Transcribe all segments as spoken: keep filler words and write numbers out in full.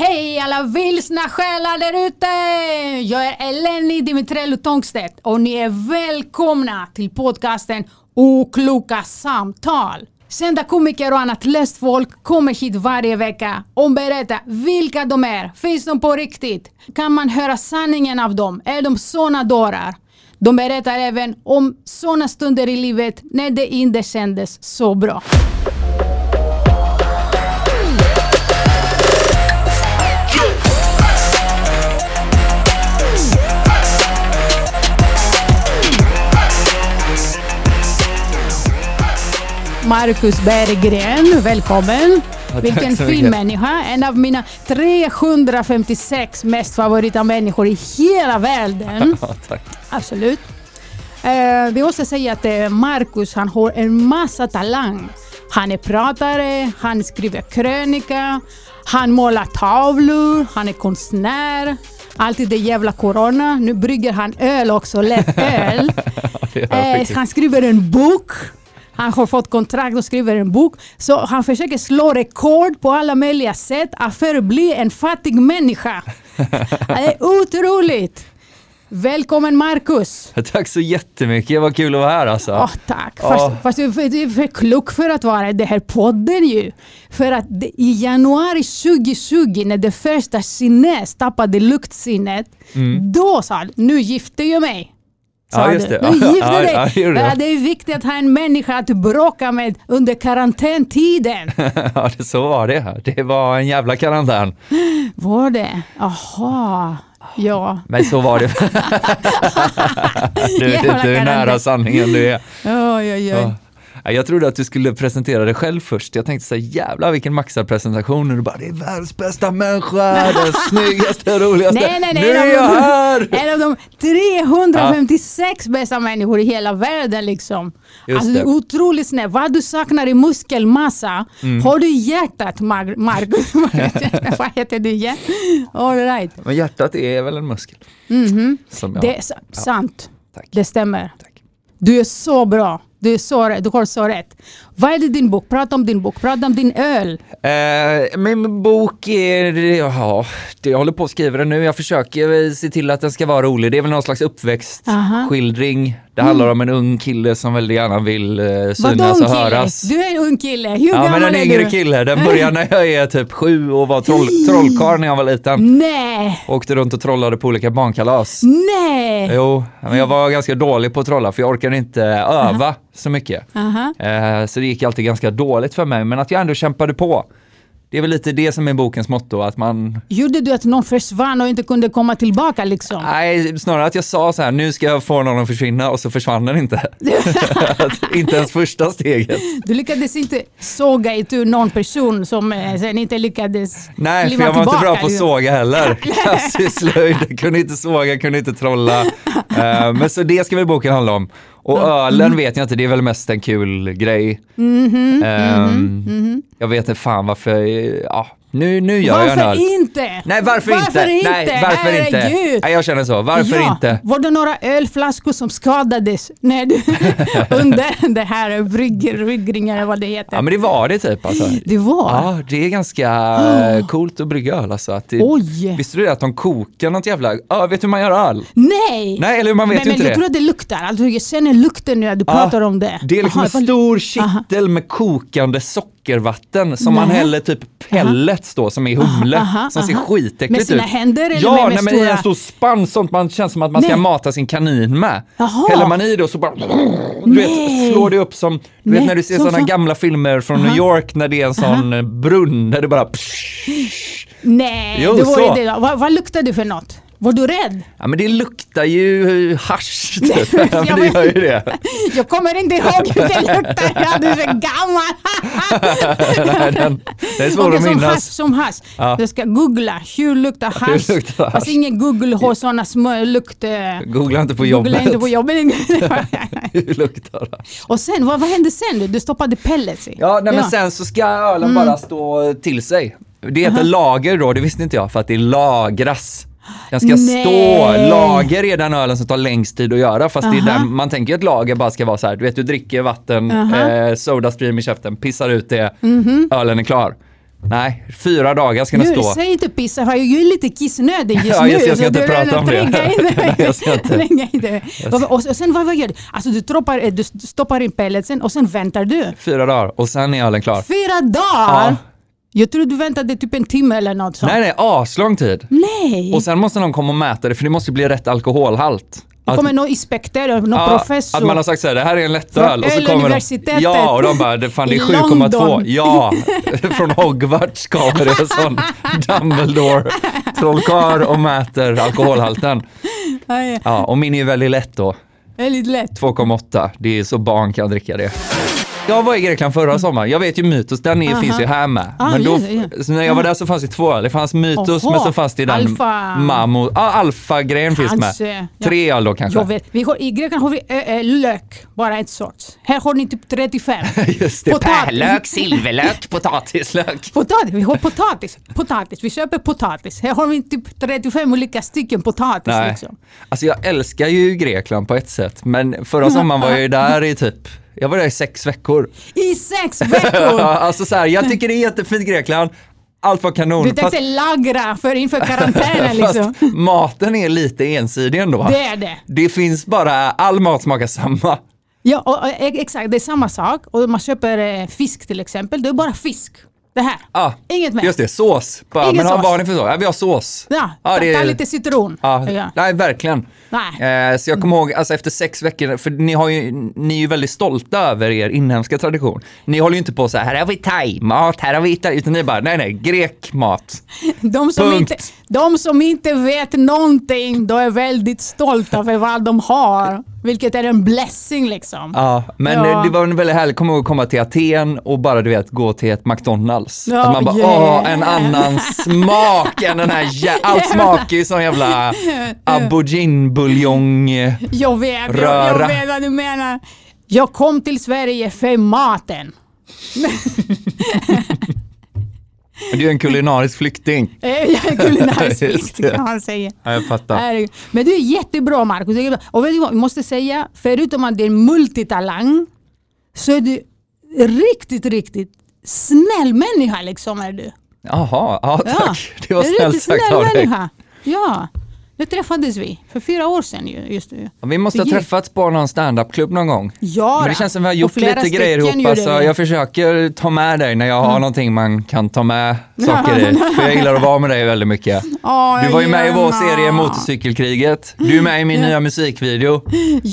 Hej alla vilsna själar där ute! Jag är Eleni Dimitrello Tångstedt och ni är välkomna till podcasten Okloka samtal. Kända komiker och annat löst folk kommer hit varje vecka och berättar vilka de är. Finns de på riktigt? Kan man höra sanningen av dem? Är de såna dårar? De berättar även om såna stunder i livet när det inte kändes så bra. Marcus Berggren, välkommen. Ja, vilken filmmänniska. En av mina trehundrafemtiosex mest favorita människor i hela världen. Ja, tack. Absolut. Eh, vi måste säga att eh, Marcus, han har en massa talang. Han är pratare, han skriver krönika, han målar tavlor, han är konstnär. Alltid det jävla corona. Nu brygger han öl också, lätt öl. eh, han skriver en bok. Han har fått kontrakt och skriver en bok. Så han försöker slå rekord på alla möjliga sätt att förbli en fattig människa. Det är otroligt. Välkommen Marcus. Tack så jättemycket. Det var kul att vara här alltså. Oh, tack. Oh. Fast, fast du är för klok för att vara det här podden ju. För att det, i januari tjugohundratjugo när det första kines tappade luktsinnet. Mm. Då sa du, nu gifter jag mig. Ja, just det. Du gifte ja, dig. ja, ja, det. det är viktigt att ha en människa att bråka med under karantäntiden. Ja, det, så var det här. Det var en jävla karantän. Var det? Aha. Ja. Men så var det. Du vet inte hur nära sanningen du är. Oj, oj, oj. Jag trodde att du skulle presentera dig själv först. Jag tänkte så här, jävlar vilken maxad presentation. Och du bara, det är världens bästa människa. Den snyggaste, roligaste. Nej, nej, nej. Nu är jag här! En av de trehundrafemtiosex ja. bästa människor i hela världen liksom. Just alltså det är otroligt snäpp. Vad du saknar i muskelmassa. Mm. Har du hjärtat, Mar- Marcus? Vad heter du? Yeah? All right. Men hjärtat är väl en muskel? Mm-hmm. Som jag, det är s- ja. sant. Tack. Det stämmer. Tack. Du är så bra. Du, är så, du har så rätt. Vad är det din bok? Prata om din bok. Prata om din öl. Eh, min bok är... Ja, jag håller på att skriva den nu. Jag försöker se till att den ska vara rolig. Det är väl någon slags uppväxtskildring. Det handlar mm. om en ung kille som väldigt gärna vill eh, synas och höras. Du är en ung kille. Hur ja, gammal men en är yngre du? kille. Den började när jag är typ sju och var troll, trollkarl när jag var liten. Nej. Åkte runt och trollade på olika barnkalas. Nej. Jo, men jag var ganska dålig på att trolla för jag orkade inte öva uh-huh. så mycket. Uh-huh. Eh, så det gick alltid ganska dåligt för mig. Men att jag ändå kämpade på. Det är väl lite det som är bokens motto, att man... Gjorde du att någon försvann och inte kunde komma tillbaka liksom? Nej, snarare att jag sa så här, nu ska jag få någon att försvinna och så försvann den inte. Inte ens första steget. Du lyckades inte såga itu någon person som eh, sen inte lyckades Nej, kliva för jag var tillbaka. inte bra på att såga heller. Klassisk slöjd, kunde inte såga, kunde inte trolla. Uh, men så det ska väl boken handla om. Och mm. ölen vet jag inte, det är väl mest en kul grej. Mm-hmm, um, mm-hmm, mm-hmm. Jag vet inte fan varför, ja, nu, nu gör varför jag en öl. Inte? Nej, varför, varför inte? inte? Nej, varför Herregud. inte? Nej, jag känner så, varför ja. inte? Var det några ölflaskor som skadades när du, under det här bryggringen eller vad det heter? Ja, men det var det typ alltså. Det var? Ja, det är ganska oh. coolt att brygga öl alltså. Att det, Oj! Visste du det att de kokar något jävla... Ja, vet du hur man gör öl? Nej! Nej, eller man vet men, ju men inte jag det. tror att det luktar. Alltså, jag känner lukten nu när du ja, pratar om det. Det är liksom Aha, en stor kittel med kokande sockervatten som nej. man häller typ pellets då som är humle. Aha, som ser aha. skitäckligt ut. Med sina händer eller ja, med, med nej, men stora... i en stor spann sånt man känns som att man nej. ska mata sin kanin med. Aha. Häller man i det och så bara... Du vet, slår det upp som... Du vet när du ser sådana så... gamla filmer från aha. New York när det är en sån aha. brunn där det bara... Nej, jo, det var så. det då. Vad, vad luktar du för något? Var du rädd? Ja, men det luktar ju hasch typ. Ja, men det gör ju det. Jag kommer inte ihåg hur det luktar. Jag är så gammal. Nej, den, det är svårt okay, att som minnas. Hasch, som hasch. Ja. Du ska googla. Hur luktar hasch? Hur luktar hasch? Fast ingen Google har sådana små lukt... Googla inte på jobbet. Googla inte på jobbet. Hur luktar hasch? Och sen, vad, vad hände sen? Du stoppade pellets i. Ja, nej, men ja. sen så ska ölen mm. bara stå till sig. Det heter uh-huh. lager då, det visste inte jag, för att det lagras. Den ska Nej. stå, lager är den ölen som tar längst tid att göra. Fast uh-huh. det är den, man tänker att lager bara ska vara så här. Du vet, du dricker vatten, uh-huh. eh, sodastream i käften, pissar ut det, uh-huh. ölen är klar. Nej, fyra dagar ska den nu, stå. Säg inte pissa, för jag är lite kissnödig just ja, nu. just, jag ska inte prata om det. Nej, jag ska inte. och, och, och sen vad gör du? Alltså du, troppar, du stoppar in pelletsen och sen väntar du. Fyra dagar och sen är ölen klar. Fyra dagar? Ja. Jag tror du väntade typ en timme eller något sånt. Nej, nej, aslång tid. Nej. Och sen måste någon komma och mäta det, för det måste bli rätt alkoholhalt. Det kommer någon inspektör, någon ja, professor. Att man har sagt så här, det här är en lättöl. Och så kommer universitetet. De, ja, och de bara, det, fan, det är sju komma två. Ja, från Hogwarts kommer det en sån Dumbledore trollkarl och mäter alkoholhalten. Ja, och min är ju väldigt lätt då. Väldigt lätt. två komma åtta, det är så barn kan dricka det. Jag var i Grekland förra sommaren. Jag vet ju Mytos, den är, finns ju här med. Ah, men då, ja, ja. Så när jag var där så fanns det två. Det fanns Mytos, Oho, men så fanns det den alfa. Mamo. Ja, alfa-grejen finns med. Ja. Tre öl då kanske. Jag vet. Vi har, i Grekland har vi äh, äh, lök, bara ett sorts. Här har ni typ trettiofem. Just det, pärlök, silverlök, potatislök. Potatis, vi har potatis. Potatis, vi köper potatis. Här har vi typ trettiofem olika stycken potatis. Nej. Liksom. Alltså jag älskar ju Grekland på ett sätt, men förra sommaren var jag ju där i typ Jag var där i sex veckor. I sex veckor? Alltså så här, jag tycker det är jättefint Grekland. Allt var kanon. Du tänkte fast, lagra för inför karantänen liksom. Maten är lite ensidig ändå. Det är det. Det finns bara, all mat smakar samma. Ja, och, och, exakt. Det är samma sak. Och man köper eh, fisk till exempel. Det är bara fisk. Det här. Ah, inget mer. Just det, sås. Bara, men har barnen för så? Ja, vi har sås. Ja, ah, det är lite citron. Ah, ja. Nej, verkligen. Nej. Eh, så jag kommer ihåg, alltså efter sex veckor, för ni, har ju, ni är ju väldigt stolta över er inhemska tradition. Ni håller ju inte på så här, här har vi thai-mat, här har vi italien, utan ni bara, nej nej, grekmat. De som, inte, de som inte vet någonting, de är väldigt stolta över vad de har. Vilket är en blessing liksom. Ja, men ja. Det var en väldigt härligt att komma till Aten och bara du vet gå till ett McDonalds. Ja, att man bara, yeah. åh, en annan smak än den här, jä- allt smakar ju som jävla aubergine-buljong jag vet, jag, jag vet vad du menar. Jag kom till Sverige för maten. Du är en kulinarisk flykting. Jag är en kulinarisk flykting kan man säga. Ja, jag fattar. Men du är jättebra, Marcus. Och vet du vad, jag måste säga, förutom att det är multitalang så är du riktigt, riktigt snäll människa liksom är du. Jaha, ja tack. Ja, det var snällt sagt av dig. Människa. Ja, nu träffades vi för fyra år sedan just nu. Ja, vi måste ha träffats på någon stand-up-klubb någon gång. Ja, men det känns som vi har gjort lite grejer ihop. Alltså, jag försöker ta med dig när jag har mm. någonting man kan ta med saker i. För jag gillar att vara med dig väldigt mycket. Oh, du var ju med i vår serie Motorcykelkriget. Du är med i min nya musikvideo.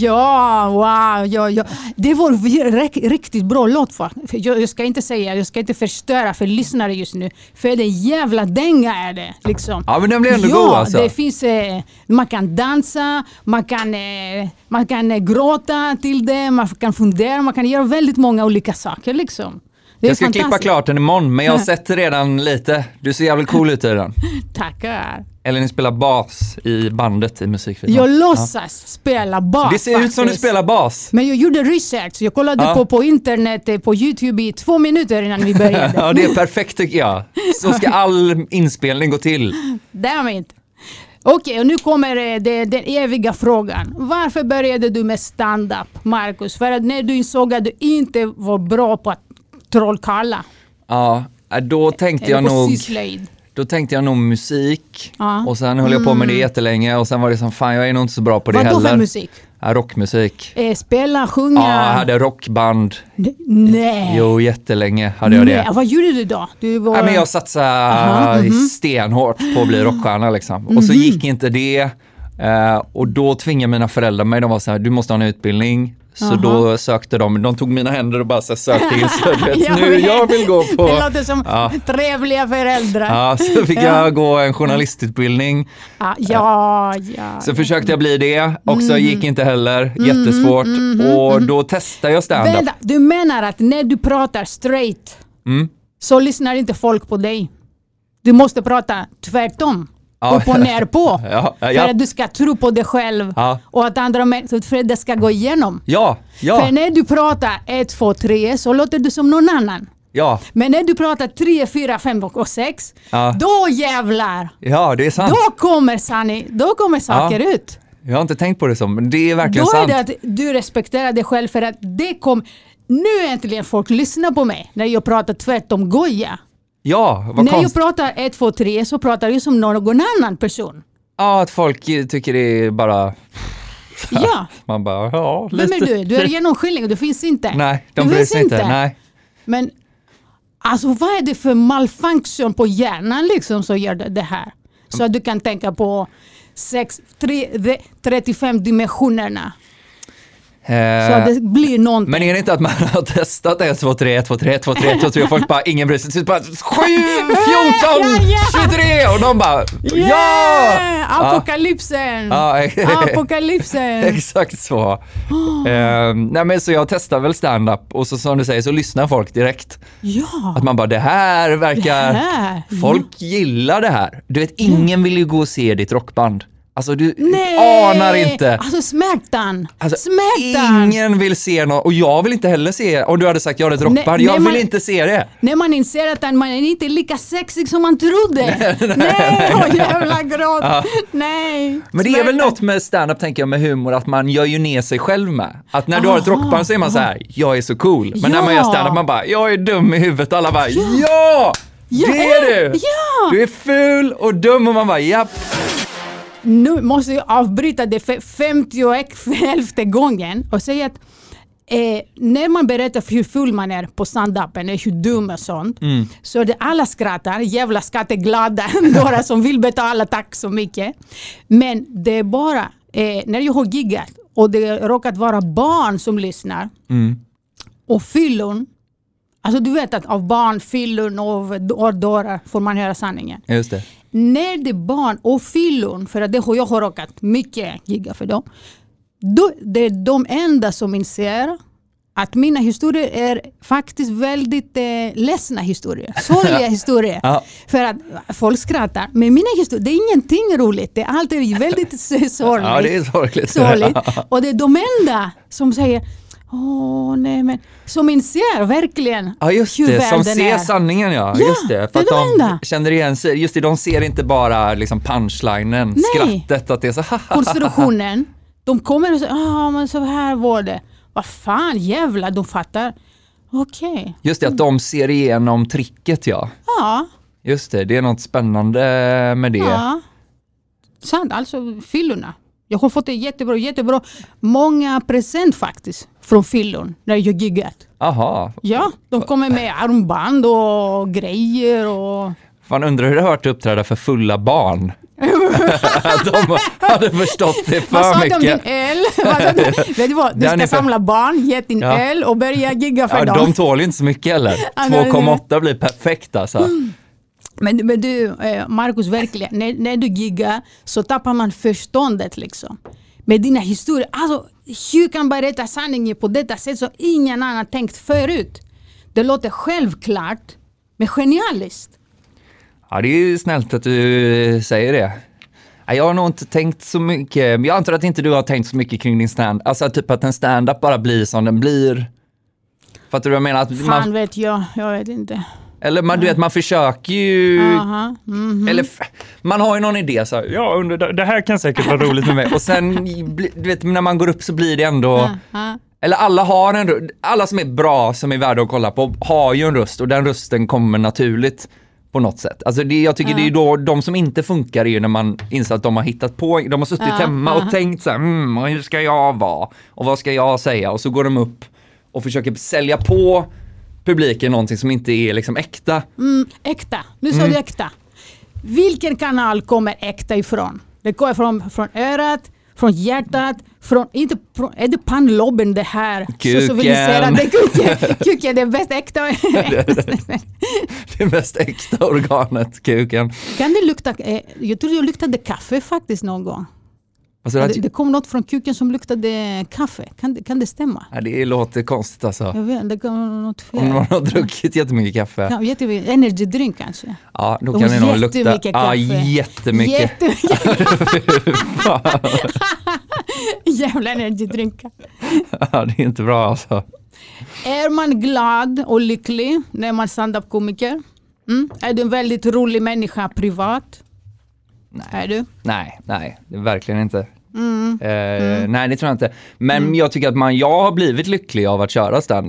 Ja, wow. Ja, ja. Det var en riktigt bra låt. För. Jag, jag ska inte säga, jag ska inte förstöra för lyssnare just nu. För det jävla dänga är det. Liksom. Ja, men den blir ändå ja, god alltså. Det finns... Eh, man kan dansa, man kan, eh, man kan eh, gråta till det, man kan fundera, man kan göra väldigt många olika saker liksom. Det är jag ska klippa klart den imorgon, men jag har sett redan lite. Du ser jävligt cool ut i den. Tackar. Eller ni spelar bas i bandet i musikvideon. Jag låtsas ja. spela bas. Det ser faktiskt ut som du spelar bas. Men jag gjorde research. Jag kollade ja. på, på internet, på YouTube i två minuter innan vi började. Ja, det är perfekt tycker jag. Så ska all inspelning gå till. Damn it. Okej, okay, och nu kommer det, den eviga frågan. Varför började du med stand-up, Marcus? För att när du insåg att du inte var bra på att trollkalla. Ja, då tänkte jag nog... Då tänkte jag nog musik. Ja. Och sen höll jag på med det jättelänge. Och sen var det som, fan jag är nog inte så bra på det vad heller. Vad då för musik? Ja, rockmusik. Eh, spela, sjunga? Ja, jag hade rockband. N- nej. Jo, jättelänge hade jag nej. det. Vad gjorde du då? Du var... ja, men jag satsade Aha, mm-hmm. stenhårt på att bli rockstjärna liksom. Mm-hmm. Och så gick inte det. Uh, och då tvingade mina föräldrar mig. De var så här, du måste ha en utbildning. Så uh-huh. då sökte de, de tog mina händer och bara så sökte in så vet, nu vet. Jag vill gå på. Det låter som ja. trevliga föräldrar. Ja, så fick ja. jag gå en journalistutbildning. Ja, ja, ja. Så försökte jag bli det, också mm. gick inte heller, jättesvårt. Mm, mm, och då testade jag stand-up. Vänta, du menar att när du pratar straight mm. så lyssnar inte folk på dig? Du måste prata tvärtom. Ja. Upp och ner på. Ja, ja, ja. För att du ska tro på dig själv. Ja. Och att andra människor, för att det ska gå igenom. Ja, ja. För när du pratar ett, två, tre så låter du som någon annan. Ja. Men när du pratar tre, fyra, fem och sex ja. då jävlar. Ja, det är sant. Då kommer sanning, då kommer saker ja. ut. Jag har inte tänkt på det som, men det är verkligen då sant. Då är det att du respekterar dig själv för att det kom... Nu äntligen folk lyssnar på mig när jag pratar tvärtom goja. Ja, vad När konst... jag pratar ett, två, tre så pratar jag som någon annan person. Ja, att folk tycker det är bara... Ja. Man bara, ja, lite... Vem är du? Du är genomskinlig, det finns inte. Nej, de bryr sig inte. Nej. Men alltså vad är det för malfunktion på hjärnan liksom som gör det här? Så att du kan tänka på sex, tre, trettiofem dimensionerna. Så att det blir någonting. Men är det inte att man har testat ett, två, tre, ett, två, tre, ett, två, tre, ett, två, tre och folk bara, ingen bryr sig. Så bara, sju, fjorton, tjugotre och de bara, yeah! ja! Apokalypsen! Ja, Apokalypsen! Exakt så. Oh. Uh, nej men så jag testar väl stand-up och så som du säger så lyssnar folk direkt. Ja. Att man bara, det här verkar, det här. Folk ja. Gillar det här. Du vet, ingen ja. Vill ju gå och se ditt rockband. Alltså du Nej. Anar inte. Alltså smärtan. Alltså, smärtan. Ingen vill se något. Och jag vill inte heller se. Om du hade sagt jag hade ett rockband. Jag vill man, inte se det. När man inser att man är inte lika sexig som man trodde. Nej, nej, nej. Åh, jävla gråt. Ja. Nej. Men det är väl något med stand-up tänker jag med humor. Att man gör ju ner sig själv med. Att när du aha, har ett rockband så är man så här, jag är så cool. Men ja. När man gör stand-up man bara, jag är dum i huvudet. Och alla bara, ja, ja det är du. Ja. Du är ful och dum och man bara, japp. Nu måste jag avbryta det för femtioelfte gången och säga att eh, när man berättar hur full man är på stand-upen och hur dum och sånt mm. så är det alla skrattar, jävla skatteglada några som vill betala, tack så mycket. Men det är bara eh, när jag har giggat och det råkat vara barn som lyssnar mm. och fyllon. Alltså du vet att av barn, fyllon och årdårar får man höra sanningen. Just det. När det är barn och fyllon, för att det har jag har råkat mycket gigga för dem, då, det är de enda som inser att mina historier är faktiskt väldigt eh, ledsna historier. Sorgliga historier. Ja. För att folk skrattar. Men mina historier, det är ingenting roligt. Det är alltid väldigt sorgligt. Ja, det är sorgligt. sorgligt. Och det är de enda som säger åh nej men som inser verkligen ja, just det, som ser är. Sanningen ja, ja just det för det att de, de känner igen sig, just det, de ser inte bara liksom punchlinen, nej. Skrattet att det är så konstruktionen, de kommer och säger ah men så här var det, vad fan jävla de fattar, okej okay. Just det, att de ser igenom tricket ja ja just det, det är något spännande med det ja sant, alltså fyllorna. Jag har fått det jättebra, jättebra. Många present faktiskt från fyllon när jag giggat. Aha. Ja, de kommer med armband och grejer och... Fan undrar hur det har varit att uppträda för fulla barn. De hade förstått det för vad mycket. Vad sa de din öl? Vet du vad? Du ska samla barn, ge din ja. Öl och börja gigga för ja, dem. De tål inte så mycket heller. två komma åtta blir perfekt alltså. Mm. Men, men du, Marcus, verkligen, när, när du giggar så tappar man förståndet liksom. Med dina historier. Alltså, hur kan man berätta sanningen på detta sätt som ingen annan tänkt förut? Det låter självklart, men genialiskt. Ja, det är ju snällt att du säger det. Jag har nog inte tänkt så mycket. Jag antar att inte du har tänkt så mycket kring din stand. Alltså typ att en stand-up bara blir som den blir. Fattar du vad jag menar? Att Fan man... vet jag, jag vet inte. Eller man, du vet, man försöker ju... Uh-huh. Mm-hmm. Eller man har ju någon idé så här, ja, under, det här kan säkert vara roligt med mig. Och sen, du vet, när man går upp så blir det ändå... Uh-huh. Eller alla har en alla som är bra, som är värda att kolla på, har ju en röst. Och den rösten kommer naturligt på något sätt. Alltså det, jag tycker uh-huh. det är då, de som inte funkar är ju när man inser att de har hittat på, de har suttit uh-huh. hemma och tänkt så här, mm, hur ska jag vara? Och vad ska jag säga? Och så går de upp och försöker sälja på publiken någonting som inte är liksom äkta. Mm, äkta. Nu sa mm. du äkta. Vilken kanal kommer äkta ifrån? Det kommer från, från örat, från hjärtat, från, inte, från, är det pannlobben det här? Kuken. Så, så vill ni säga att det är kuken. Kuken är det bäst äkta. Det mest äkta organet, kuken. Kan det lukta, eh, jag tror det luktade kaffe faktiskt någon gång. Alltså, det, det kom något från kuken som luktade kaffe. Kan det, kan det stämma? Ja, det låter konstigt alltså. Jag vet, det kan något fel. Om man har druckit jättemycket kaffe. Ja, jättemycket. Energydrink kanske. Ja, då kan det nog lukta. Kaffe. Ja, jättemycket. Jättemycket kaffe. Jävla energidrinkar. Ja, det är inte bra alltså. Är man glad och lycklig när man är stand-up-komiker? Mm? Är du en väldigt rolig människa privat? Nej. Är du? Nej, nej, det är verkligen inte. Mm. Eh, mm. Nej, det tror jag inte. Men mm. jag tycker att man, jag har blivit lycklig av att köra stand-up.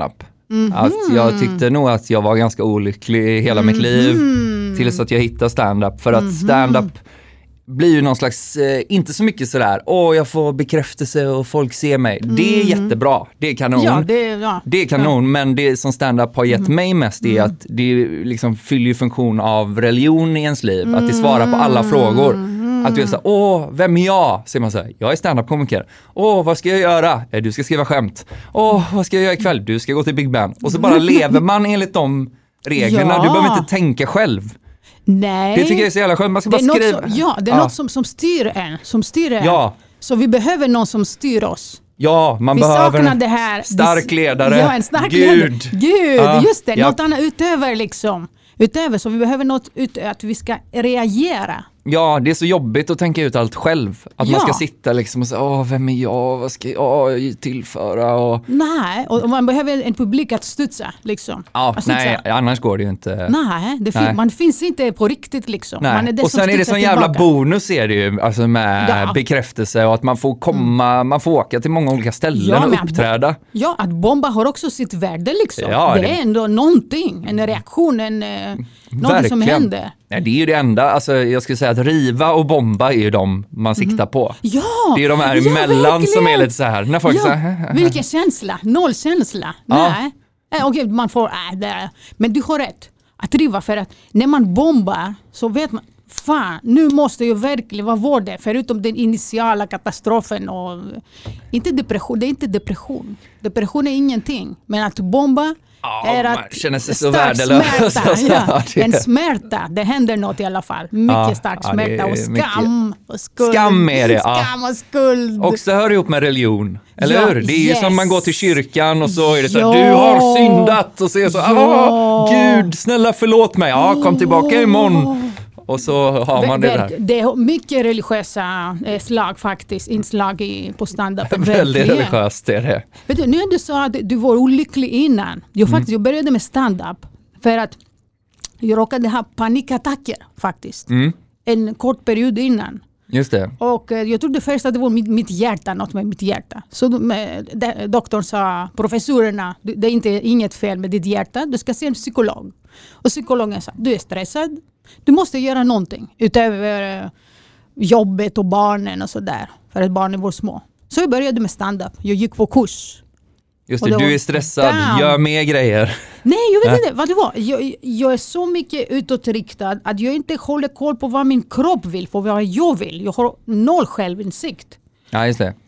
Mm-hmm. Att jag tyckte nog att jag var ganska olycklig hela mm-hmm. mitt liv tills att jag hittade stand-up. För att mm-hmm. stand-up blir ju någon slags, eh, inte så mycket sådär, åh jag får bekräftelse och folk ser mig. Mm. Det är jättebra, det är kanon. Ja, det, ja. det är kanon, ja. Men det som stand-up har gett mm. mig mest är att det liksom fyller funktion av religion i ens liv. Mm. Att det svarar på alla frågor. Mm. Att du är såhär, åh, vem är jag? Säger man såhär, jag är stand-up-komiker. Åh, vad ska jag göra? Du ska skriva skämt. Åh, vad ska jag göra ikväll? Du ska gå till Big Ben. Och så bara lever man enligt de reglerna. Ja. Du behöver inte tänka själv. Nej. Det tycker jag är så jävla skönt. Man ska bara skriva. Som, ja, det är ja. något som, som styr en. Som styr en. Ja. Så vi behöver någon som styr oss. Ja, man vi behöver en det här. stark ledare. Ja, en stark Gud. ledare. Gud, ja. Just det. Ja. Något annat utöver liksom. Utöver, så vi behöver något utöver att vi ska reagera. Ja, det är så jobbigt att tänka ut allt själv. Att ja. man ska sitta liksom och säga, åh, vem är jag? Vad ska jag tillföra? Och... Nej, och man behöver en publik att studsa liksom. Ja, nej, annars går det ju inte. Nej, det fin- nej. man finns inte på riktigt liksom. Nej. Man är det och som sen är det sån tillbaka. jävla bonus är det ju, alltså med ja. bekräftelse och att man får komma, mm. man får åka till många olika ställen ja, och uppträda. Att, ja, att bomba har också sitt värde liksom. Ja, det, det är ändå någonting, en reaktion, en, något som händer. Nej, det är ju det enda, alltså jag skulle säga att riva och bomba är ju de man siktar mm. på. Ja, det är de här ja, emellan verkligen. Som är lite så här. När folk ja, så här, vilken känsla, noll känsla. Ja. Nej, äh, okej, man får, äh, det. Men du har rätt att riva, för att när man bombar så vet man, fan, nu måste ju verkligen, vad var det? Förutom den initiala katastrofen och inte depression, det är inte depression. Depression är ingenting, men att bomba ja, är man att känner sig så värdelös. Smärta, ja, en smärta, det händer något i alla fall. Mycket ja, stark ja, smärta och skam mycket. Och skuld. Skam är det, ja. Skam och skuld. Och så hör det ihop med religion, eller ja, hur? Det är yes. ju som man går till kyrkan och så är det så ja. här, du har syndat och så är det så, ja. Gud, snälla förlåt mig, ja, kom tillbaka imorgon. Och så har man det där. Det är mycket religiösa slag faktiskt, inslag i, på stand-up. Väldigt religiöst är det. Vet du, nu du sa att du var olycklig innan. Jag, mm. faktiskt, jag började med stand-up för att jag råkade ha panikattacker faktiskt. Mm. En kort period innan. Just det. Och jag trodde först att det var mitt, mitt hjärta, något med mitt hjärta. Så med, de, doktorn sa, professorerna, det är inte inget fel med ditt hjärta, du ska se en psykolog. Och psykologen sa, du är stressad. Du måste göra någonting utöver jobbet och barnen och sådär. För att barnen var små. Så jag började med stand-up. Jag gick på kurs. Just det, du är stressad. Damn. Gör mer grejer. Nej, jag vet inte vad det var. Jag, jag är så mycket utåtriktad att jag inte håller koll på vad min kropp vill. För vad jag vill. Jag har noll självinsikt. Ja, just det.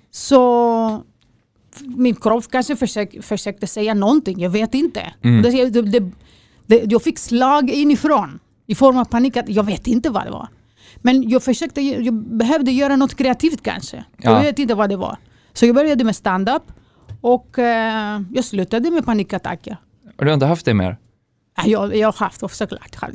Så min kropp kanske försök, försökte säga någonting. Jag vet inte. Mm. Det, det, det, det, jag fick slag inifrån. I form av panik, att jag vet inte vad det var. Men jag försökte, jag behövde göra något kreativt kanske. Ja. Jag vet inte vad det var. Så jag började med stand-up och eh, jag slutade med panikattacker. Och du har inte haft det mer? Jag, jag har haft det såklart. Men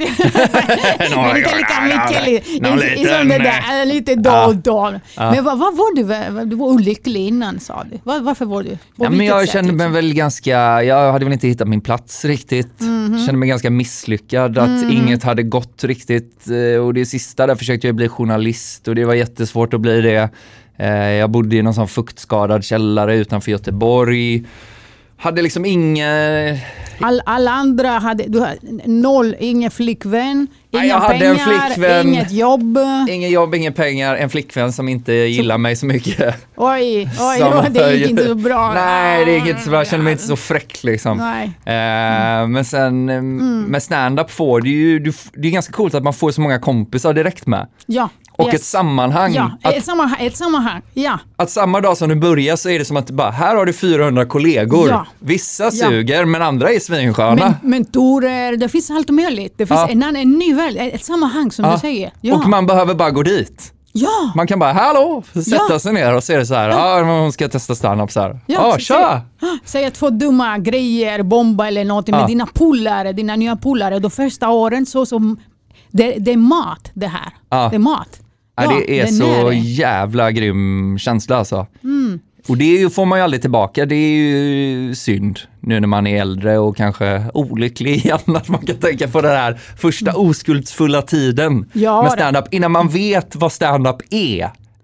inte lika mycket. Inte som det där, lite då och då. Ja. Men vad, vad var du? Du var olycklig innan, sa du. Var, varför var du? Ja, men jag sätt, kände mig liksom? väl ganska, jag hade väl inte hittat min plats riktigt. Mm-hmm. Kände mig ganska misslyckad. Att mm-hmm. inget hade gått riktigt. Och det sista där försökte jag bli journalist. Och det var jättesvårt att bli det. Jag bodde i någon sån fuktskadad källare utanför Göteborg. Hade liksom inga... All, alla andra hade du hade noll, ingen flickvän, inga jag hade pengar, en flickvän, inget jobb. Ingen jobb, inga pengar, en flickvän som inte gillar så, mig så mycket. Oj, oj, som, det gick inte så bra. Nej, det gick inte så bra. Jag kände mig inte så fräck liksom. Nej. Eh, men sen mm. med stand-up får du ju, du, det är ganska coolt att man får så många kompisar direkt med. Ja. Och yes. ett sammanhang. Ja, att, ett sammanhang, ett sammanhang, ja. Att samma dag som du börjar så är det som att bara, här har du fyrahundra kollegor. Ja. Vissa suger, ja. men andra är svinsköna. Men, mentorer, det finns allt möjligt. Det finns ja. en, en ny värld, ett sammanhang som ja. du säger. Ja. Och man behöver bara gå dit. Ja. Man kan bara, hallå, sätta ja. sig ner och se det så här. Ja, ah, hon ska testa stand-up så här. Ja, ah, tja! Säga två dumma grejer, bomba eller något med ja. dina polare, dina nya polare. De första åren så som, det, det är mat det här. Ja. Det är mat. Ja, det är så är det. jävla grym känsla alltså. Mm. Och det får man ju aldrig tillbaka. Det är ju synd nu när man är äldre och kanske olycklig igen. Att man kan tänka på den här första oskuldsfulla tiden ja, med stand-up. Innan man vet vad stand-up är.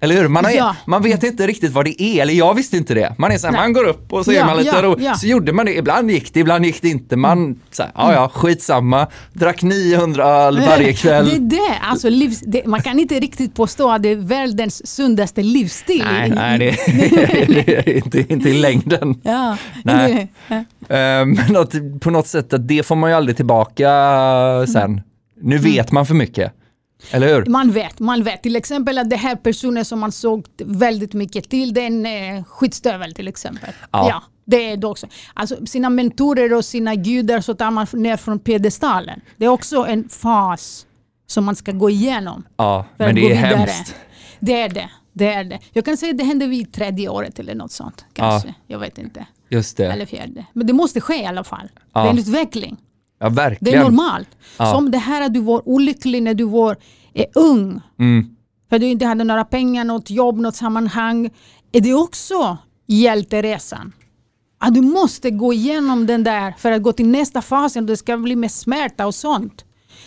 Eller hur? Man, har, ja. man vet inte riktigt vad det är, eller jag visste inte det. Man är så här, man går upp och så ja, är man lite ja, ro. Ja. Så gjorde man det, ibland gick det, ibland gick det inte. Man så här, ja ja, skitsamma. Drack niohundra öl varje kväll. Det är det, alltså livs, det, man kan inte riktigt påstå att det är världens sundaste livsstil. Nej, nej det, det är inte, inte i längden. Ja. Nej. Ja. Men att, på något sätt, att det får man ju aldrig tillbaka sen. Nu vet mm. man för mycket. Eller hur? Man vet, man vet. Till exempel att det här personen som man såg väldigt mycket till, det är en eh, skitstövel till exempel. Ja. ja, det är det också. Alltså sina mentorer och sina gudar så tar man ner från pedestalen. Det är också en fas som man ska gå igenom. Ja, men det är hemskt. Det är det, det är det. Jag kan säga att det händer vid tredje året eller något sånt. Kanske, ja. Jag vet inte. Just det. Eller fjärde. Men det måste ske i alla fall. Ja. Det är en utveckling. Ja, verkligen. Det är normalt. Ja. Som det här att du var olycklig när du var eh, ung. Mm. För du inte hade några pengar, något jobb, något sammanhang. Är det också hjälteresan? Att du måste gå igenom den där för att gå till nästa fas. Det ska bli med smärta och sånt.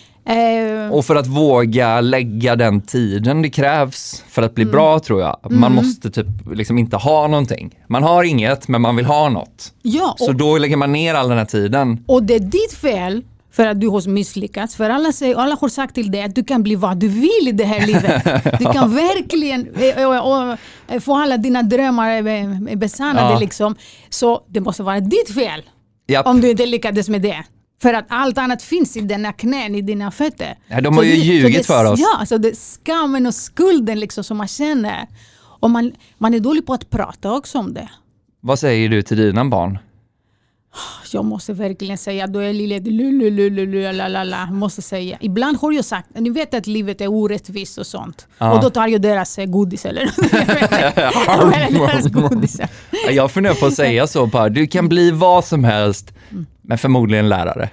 Eh, och för att våga lägga den tiden det krävs för att bli mm. bra tror jag. Man mm. måste typ liksom inte ha någonting. Man har inget men man vill ha något. Ja, och, så då lägger man ner all den här tiden. Och det är ditt fel för att du har misslyckats. För alla, säger, alla har sagt till dig att du kan bli vad du vill i det här livet. Du kan verkligen och, och, och, få alla dina drömmar besannade. Ja. Liksom. Så det måste vara ditt fel. Japp. Om du inte lyckades med det. För att allt annat finns i dina knän, i dina fötter. Ja, de har så ju det, ljugit för oss. Ja, så det är skammen och skulden liksom som man känner. Och man, man är dålig på att prata också om det. Vad säger du till dina barn? Jag måste verkligen säga att då är livet lulululululala, måste säga. Ibland har jag sagt, ni vet att livet är orättvist och sånt. Ja. Och då tar jag deras godis eller deras godis. Jag funderar på att säga så bara, du kan bli vad som helst, men förmodligen lärare.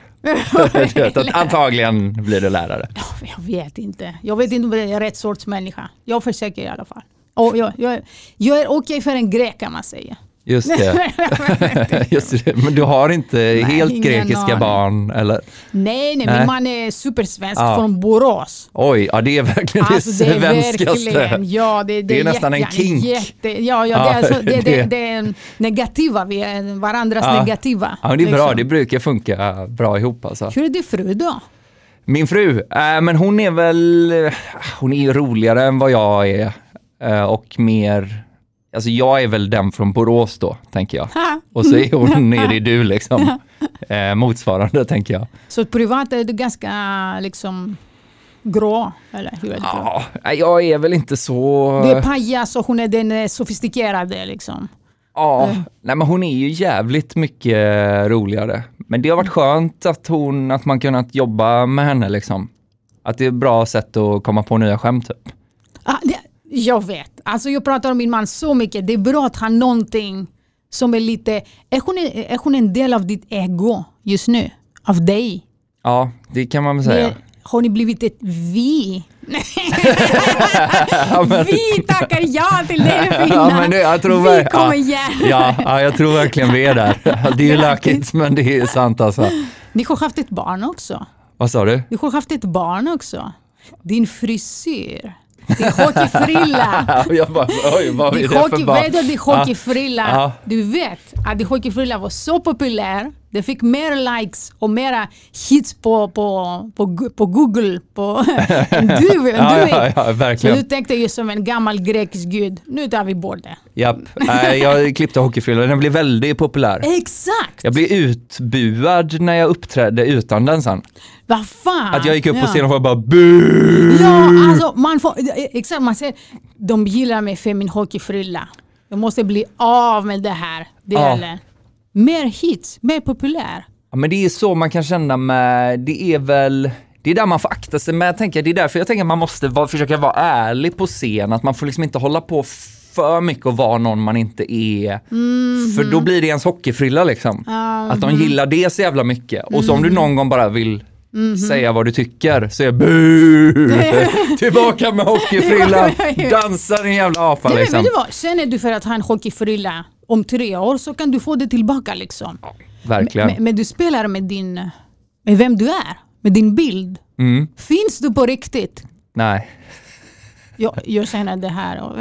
Antagligen blir du lärare. Jag vet inte. Jag vet inte om jag är rätt sorts människa. Jag försöker i alla fall. Och jag, jag, jag är okej för en grek kan man säga. Just det. Just det. Men du har inte nej, helt grekiska aning. Barn? Eller? Nej, nej, nej, min man är supersvensk ja. Från Borås. Oj, ja, det är verkligen alltså, det svenskaste. Ja, det, det, det är jätte, nästan en kink. Jätte, ja, ja, ja, det, är alltså, det, det, det är negativa, vi är varandras ja. Negativa. Ja, men det är bra, liksom. Det brukar funka bra ihop. Alltså. Hur är det fru då? Min fru? Äh, men hon är väl, hon är ju roligare än vad jag är. Äh, och mer... Alltså jag är väl den från Borås då, tänker jag. Ha. Och så är hon nere i du liksom. Eh, motsvarande, tänker jag. Så privat är du ganska liksom grå, eller hur är det? Ja, jag är väl inte så... Du är pajas och hon är den sofistikerade liksom. Ja, mm. nej men hon är ju jävligt mycket roligare. Men det har varit skönt att hon, att man kunnat jobba med henne liksom. Att det är ett bra sätt att komma på nya skämt typ. Ah, det... Jag vet. Alltså jag pratar om min man så mycket. Det är bra att ha någonting som är lite... Är hon, är hon en del av ditt ego just nu? Av dig? Ja, det kan man väl säga. Det, har ni blivit ett vi? ja, men... Vi tackar ja till det fina. Ja, men det, jag tror vi ver- kommer ja, igen. ja, ja, jag tror verkligen vi är där. Det är ju lökigt, men det är sant alltså. Ni har haft ett barn också. Vad sa du? Ni har haft ett barn också. Din frisyr. Din hockeyfrilla. Jag bara, oj, vad är det hockey, för barn? Vet du din hockeyfrilla? Ja. Du vet att din hockeyfrilla var så populär. Det fick mer likes och mera hits på, på, på, på Google på, än du, än ja, du ja, ja, verkligen. Så du tänkte ju som en gammal grekisk gud. Nu tar vi bort det. Japp, äh, jag klippte hockeyfrillan. Den blev väldigt populär. Exakt. Jag blev utbuad när jag uppträdde utan den sen. Vad fan? Att jag gick upp ja. på scenen och var bara buh! Ja, alltså man får, exakt, man säger, de gillar mig för min hockeyfrilla. De måste bli av med det här. Det ja. Eller mer hits, mer populär. Ja, men det är så man kan känna med, det är väl, det är där man får akta sig med, jag tänker, det är därför jag tänker att man måste vara, försöka vara ärlig på scen, att man får liksom inte hålla på för mycket och vara någon man inte är. Mm-hmm. För då blir det ens hockeyfrilla liksom. Mm-hmm. Att de gillar det så jävla mycket. Och så om du någon gång bara vill mm-hmm. säga vad du tycker, så är buh! Tillbaka med hockeyfrillan. Dansar en jävla apa nej, liksom. Men du vad, känner du för att ha en hockeyfrilla om tre år så kan du få det tillbaka liksom. Ja, verkligen. Men, men du spelar med din, med vem du är, med din bild. Mm. Finns du på riktigt? Nej. jag, jag känner det här. Och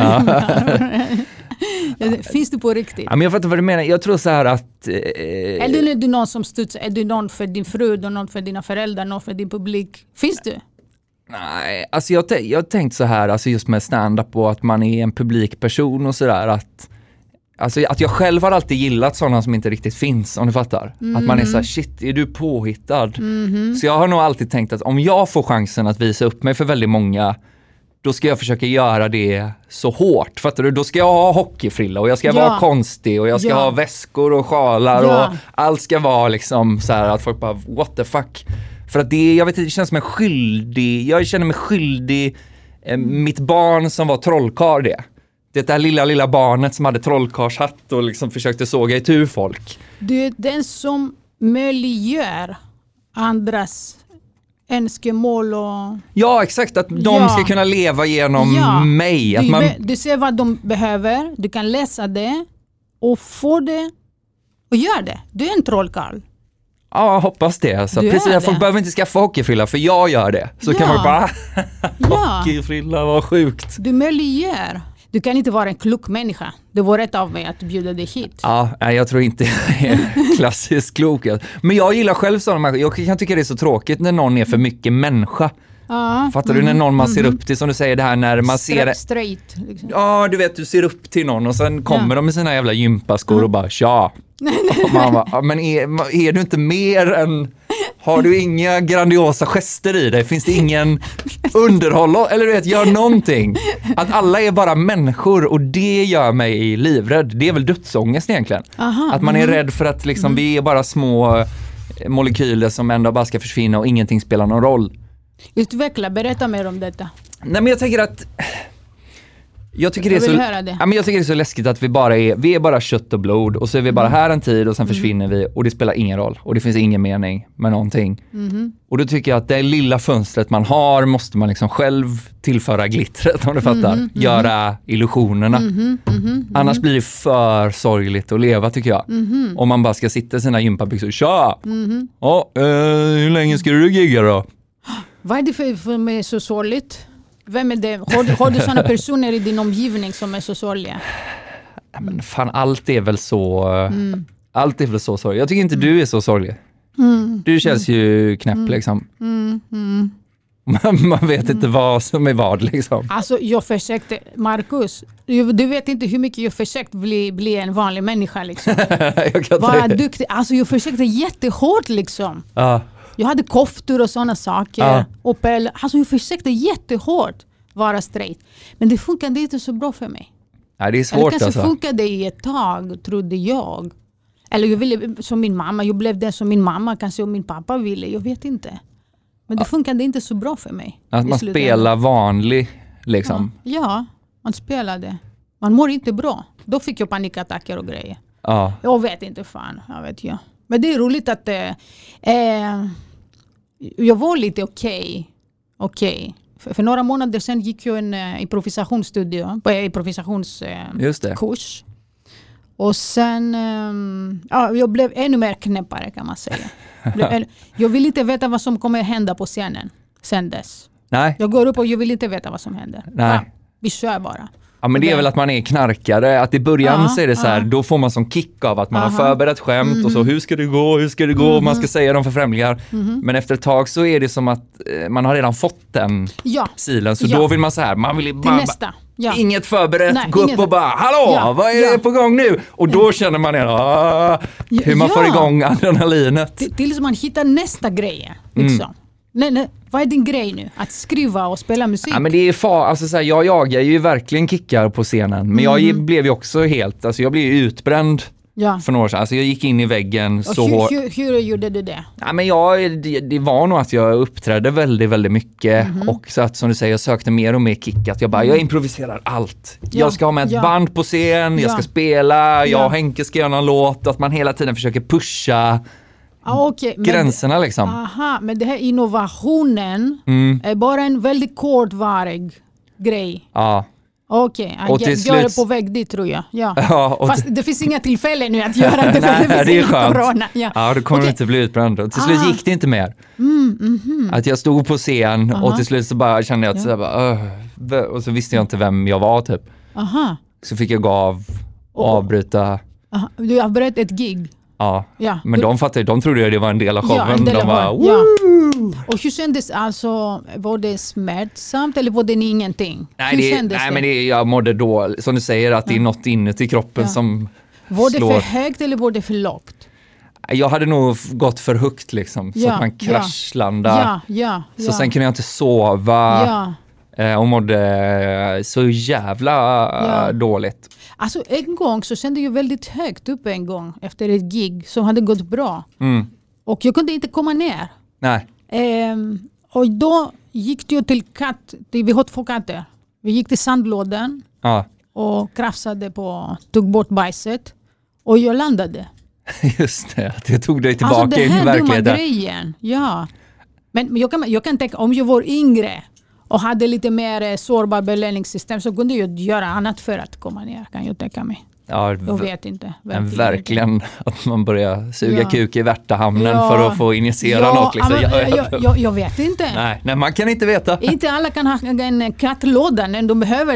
finns det på riktigt? Ja, men jag fattar vad du menar. Jag tror så här att... Eh, är du, är du någon som studsar? Är du någon för din fru, någon för dina föräldrar, någon för din publik? Finns du? Nej, alltså jag, jag har tänkt så här, alltså just med stand-up och att man är en publikperson och sådär, att, alltså att jag själv har alltid gillat sådana som inte riktigt finns, om du fattar. Mm. Att man är så här, shit, är du påhittad? Mm. Så jag har nog alltid tänkt att om jag får chansen att visa upp mig för väldigt många, då ska jag försöka göra det så hårt. Fattar du? Då ska jag ha hockeyfrilla och jag ska ja. vara konstig och jag ska ja. ha väskor och sjalar ja. och allt ska vara liksom så här att folk bara, what the fuck? För att det, jag vet inte, det känns som en skyldig, jag känner mig skyldig eh, mitt barn som var trollkarl det. Det där lilla, lilla barnet som hade trollkarlshatt och liksom försökte såga itu folk. Du är den som möjliggör andras önskemål och... Ja, exakt. Att de ja. ska kunna leva genom ja. mig. Att du, man... du ser vad de behöver, du kan läsa det och få det och gör det. Du är en trollkarl. Ja, jag hoppas det. Alltså. Precis, folk behöver inte skaffa hockeyfrilla för jag gör det. Så ja. kan man bara, hockeyfrilla, vad sjukt. Du möjliggör. Du kan inte vara en klok människa. Det var rätt av mig att bjuda dig hit. Ja, jag tror inte jag är klassiskt klok. Men jag gillar själv sådana människor. Jag kan tycka det är så tråkigt när någon är för mycket människa. Ja, Fattar mm, du när någon man ser mm. upp till, som du säger det här när man Stra- ser... Straight. Liksom. Ja, du vet, du ser upp till någon och sen kommer ja. de med sina jävla gympaskor mm. och bara, tja. Och man bara, ja, men är, är du inte mer än... Har du inga grandiosa gester i dig? Finns det ingen underhåll? Eller du vet, gör någonting. Att alla är bara människor och det gör mig livrädd. Det är väl dödsångest egentligen. Aha, att man är mm. rädd för att liksom, mm. vi är bara små molekyler som ändå bara ska försvinna och ingenting spelar någon roll. Utveckla, berätta mer om detta. Nej, men jag tänker att... Jag tycker, jag, det är så, det. ja, men jag tycker det är så läskigt att vi bara är, vi är bara kött och blod och så är vi bara här en tid och sen mm. försvinner vi och det spelar ingen roll och det finns ingen mening med någonting. Mm. Och då tycker jag att det lilla fönstret man har måste man liksom själv tillföra glittret, om du fattar. Mm. Göra illusionerna. Mm. Mm. Annars blir det för sorgligt att leva, tycker jag. Mm. Om man bara ska sitta i sina gympabyxor. Tja! Mm. Ja, eh, hur länge ska du gigga då? Vad är det för, för mig så sorgligt? Vem är det? Har, har du sådana personer i din omgivning som är så sorgliga? Mm. Men fan, allt är väl så... Mm. Allt är väl så sorgligt. Jag tycker inte mm. du är så sorglig. Mm. Du känns ju knäpp mm. liksom. Mm. Mm. Man, man vet inte mm. vad som är vad liksom. Alltså jag försökte, Marcus, du vet inte hur mycket jag försökte bli, bli en vanlig människa liksom. Var duktig. Alltså jag försökte jättehårt liksom. Ja. Uh. Jag hade koftor och sådana saker. Ja. Och pel, alltså jag försökte jättehårt vara straight. Men det funkade inte så bra för mig. Nej, det är svårt. Eller kanske alltså. funkade i ett tag, trodde jag. Eller jag ville som min mamma. Jag blev det som min mamma kanske och min pappa ville. Jag vet inte. Men det funkade inte så bra för mig. Att man spelar vanlig liksom. Ja, ja, man spelade. Man mår inte bra. Då fick jag panikattacker och grejer. Ja. Jag vet inte fan. Jag vet jag. Men det är roligt att eh, jag var lite okej. Okay. Okay. För, för några månader sedan gick jag en uh, improvisationsstudio, på improvisationskurs. Uh, och sen, um, ja, jag blev ännu mer knäppare kan man säga. Blev, jag vill inte veta vad som kommer hända på scenen sen dess. Nej. Jag går upp och jag vill inte veta vad som händer. Nej. Ja, vi kör bara. Ja, men det är väl att man är knarkare. Att i början ja, så är det så här, ja. Då får man som kick av att man Aha. har förberett skämt mm. och så hur ska det gå, hur ska det gå, mm. man ska säga dem för främlingar. Mm. Men efter ett tag så är det som att eh, man har redan fått den ja. silen. Så ja. då vill man så här, man vill bara, nästa. Ja. inget förberett, Nej, gå inget. upp och bara, hallå, ja. vad är ja. på gång nu? Och då ja. känner man ah, hur man ja. får igång adrenalinet. T- tills man hittar nästa grej, liksom. Mm. Nej, nej. Vad är din grej nu? Att skriva och spela musik? Ja, men det är far, alltså så här, jag jagar ju verkligen kickar på scenen. Men mm. jag blev ju också helt, alltså jag blev ju utbränd ja. för några år sedan. Alltså jag gick in i väggen och så hårt. Hur, hur, hur gjorde du det? Ja, men jag, det, det var nog att jag uppträdde väldigt, väldigt mycket. Mm. Och så att som du säger, jag sökte mer och mer kick. Att jag bara, jag improviserar allt. Ja. Jag ska ha med ett ja. band på scen, jag ja. ska spela, jag och Henke ska göra någon låt. Att man hela tiden försöker pusha Ah, okay. gränserna men, liksom. Aha, men det här innovationen mm. är bara en väldigt kortvarig grej. Ja. Okej, okay. jag slut... är på väg dit tror jag. Ja. Ja, och fast det finns inga tillfällen nu att göra det. Nej, det, det är skönt. Corona. Ja, ja då kommer okay. du inte bli utbränd. Och till slut ah. gick det inte mer. Mm, mm-hmm. Att jag stod på scen uh-huh. och till slut så bara kände jag att ja. så bara, uh, och så visste jag inte vem jag var typ. Aha. Så fick jag gå av och oh. avbryta. Aha. Du avbröt ett gig? Ja, ja. men du... de fattade, de trodde det var en del av showen. Ja, en del de bara, av ja. Och hur kändes alltså, var det smärtsamt eller var det ingenting? Nej, det, nej det? men det, jag mådde då, som du säger, att ja. det är något inuti kroppen ja. som Var det slår. för högt eller var det för lågt? Jag hade nog gått för högt liksom, ja. så att man kraschlandade. Ja, ja, ja. Så sen kunde jag inte sova ja. och mådde så jävla ja. dåligt. Alltså en gång så kände jag väldigt högt upp en gång efter ett gig som hade gått bra. Mm. Och jag kunde inte komma ner. Nej. Ehm, och då gick jag till katt, vi har två katter. Vi gick till sandlådan ja. och krafsade på, tog bort bajset. Och jag landade. Just det, att jag tog dig tillbaka alltså, in i verkligheten. Alltså det här dumma grejen, ja. Men jag kan, jag kan tänka, om jag var yngre och hade lite mer sårbar belöningssystem så kunde jag göra annat för att komma ner, kan jag tänka mig. Ja, jag vet inte. Men verkligen inte. Att man börjar suga ja. kuk i Värtahamnen ja. för att få injicera ja, något. Liksom. Men, jag, jag, jag, jag vet inte. Nej, nej, man kan inte veta. Inte alla kan ha en kattlåda när de behöver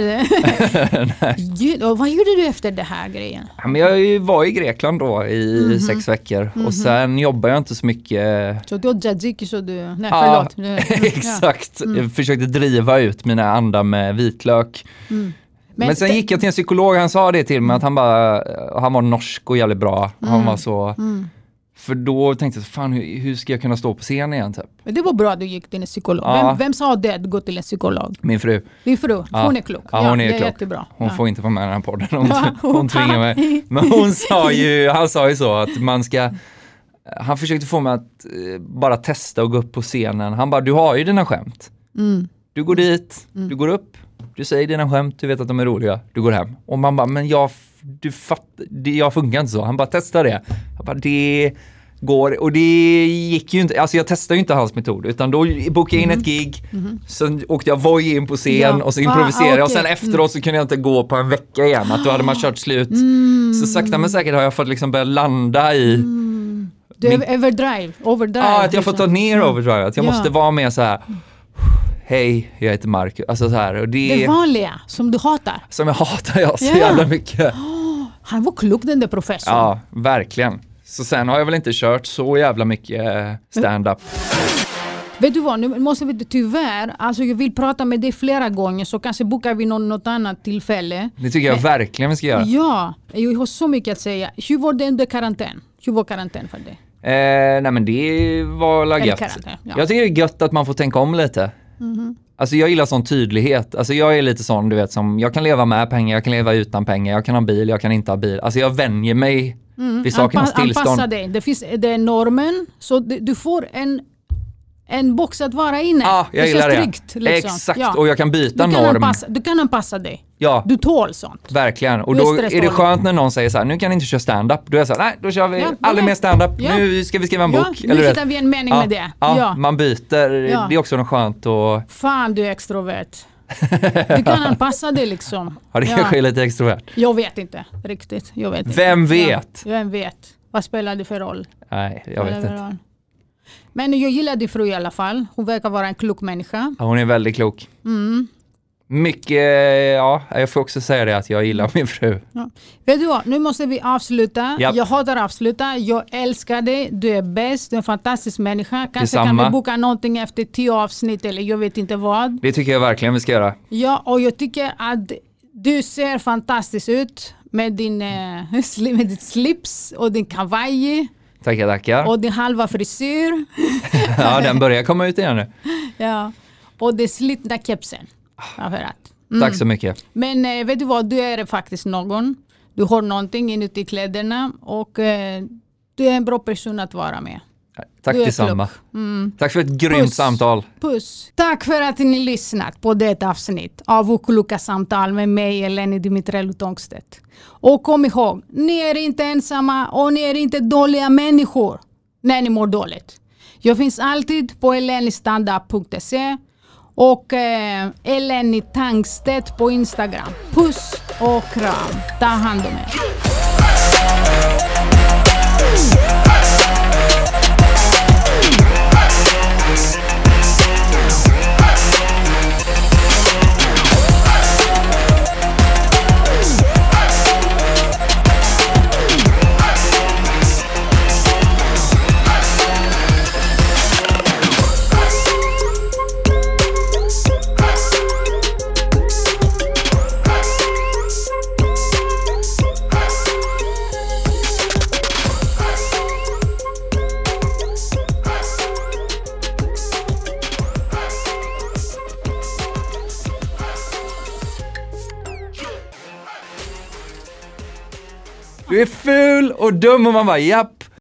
det. Gud, och vad gjorde du efter det här grejen? Ja, men jag var i Grekland då i mm-hmm. sex veckor. Mm-hmm. Och sen jobbade jag inte så mycket. Så du har tzatziki så du... Nej, ja, förlåt. exakt. Mm. Jag försökte driva ut mina andar med vitlök. Mm. Men, men sen gick jag till en psykolog, han sa det till mig att han bara, han var norsk och jävligt bra. Mm. Han var så, mm. för då tänkte jag, fan hur, hur ska jag kunna stå på scen igen typ? Men det var bra att du gick till en psykolog. Ja. Vem, vem sa det att gå till en psykolog? Min fru. Din fru, ja. hon är klok. Ja, hon är, ja, det är klok. Jättebra. Hon ja. får inte vara med i den här podden. Hon, ja. hon tvingar mig. Men hon sa ju, han sa ju så att man ska, han försökte få mig att bara testa och gå upp på scenen. Han bara, du har ju dina skämt. Mm. Du går dit, mm. du går upp. Du säger dina skämt, du vet att de är roliga. Du går hem. Och man bara, men jag, du fatt, det, jag funkar inte så. Han bara, testa det. Jag bara, det går. Och det gick ju inte. Alltså jag testade ju inte hans metod. Utan då bokade jag in mm. ett gig. Mm. Sen åkte jag Voi in på scen. Ja. Och så improviserade jag. Ah, okay. Och sen efteråt mm. så kunde jag inte gå på en vecka igen. Att då hade man kört slut. Mm. Så sakta men säkert har jag fått liksom börja landa i... Mm. Du är overdrive. overdrive. Ja, att jag får ta ner overdrive. Att jag ja. måste vara med så här... Hej, jag heter Marcus. Alltså så här, och det, det vanliga som du hatar. Som jag hatar jag så yeah. jävla mycket. Oh, han var klok den där professorn. Ja, verkligen. Så sen har jag väl inte kört så jävla mycket stand-up. Vet du vad, nu måste vi tyvärr, alltså jag vill prata med dig flera gånger så kanske bokar vi någon, något annat tillfälle. Det tycker jag Men, verkligen vi ska göra. Ja, jag har så mycket att säga. Hur var det under karantän? Hur var karantän för dig? Eh, nej men det var la gött. Ja. Jag tycker det är gött att man får tänka om lite. Mm-hmm. Alltså jag gillar sån tydlighet. Alltså jag är lite sån, du vet, som jag kan leva med pengar, jag kan leva utan pengar, jag kan ha bil, jag kan inte ha bil. Alltså jag vänjer mig mm. vid sakernas Anpa- tillstånd. Anpassa dig. Det finns det är normen, så det, du får en en box att vara inne. Ja, jag det gillar det. Strikt, liksom. Exakt, ja. Och jag kan byta du kan norm. Anpassa, du kan anpassa dig. Ja. Du tål sånt. Verkligen. Och då är det skönt när någon säger så här, nu kan ni inte köra stand-up. Då är jag så här, nej, då kör vi ja, aldrig mer stand-up. Ja. Nu ska vi skriva en bok. Ja, nu eller hittar vi en mening ja. med det. Ja, ja. man byter. Ja. Det är också något skönt. Och... Fan, du är extrovert. Du kan anpassa dig liksom. Ja, det kanske är lite extrovert. Jag vet inte riktigt. Jag vet inte. Vem vet? Ja, vem vet? Vad spelar det för roll? Nej, jag vet inte. Roll? Men jag gillar din fru i alla fall. Hon verkar vara en klok människa. Ja, hon är väldigt klok. Mm. Mycket, ja, jag får också säga det att jag gillar min fru. Ja. Vet du vad, nu måste vi avsluta. Japp. Jag hatar avsluta. Jag älskar dig. Du är bäst. Du är en fantastisk människa. Kanske Detsamma. Kan vi boka någonting efter tio avsnitt eller jag vet inte vad. Det tycker jag verkligen vi ska göra. Ja, och jag tycker att du ser fantastisk ut med din, med ditt slips och din kavaj. Tackar, tackar. Och din halva frisyr. Ja, den börjar komma ut igen nu. Ja, och det slitna kepsen. Mm. Tack så mycket. Men äh, vet du vad, du är faktiskt någon. Du har någonting inuti kläderna och äh, du är en bra person att vara med. Tack detsamma. Mm. Tack för ett grymt Puss. samtal. Puss. Tack för att ni lyssnat på det avsnitt av Okloka samtal med mig, Eleni Dimitrello Tångstedt. Och kom ihåg, ni är inte ensamma och ni är inte dåliga människor när ni mår dåligt. Jag finns alltid på elenistandup punkt se Och eh, Eleni Tangstedt på Instagram. Puss och kram. Ta hand om er. Du är ful och dum och man bara, japp,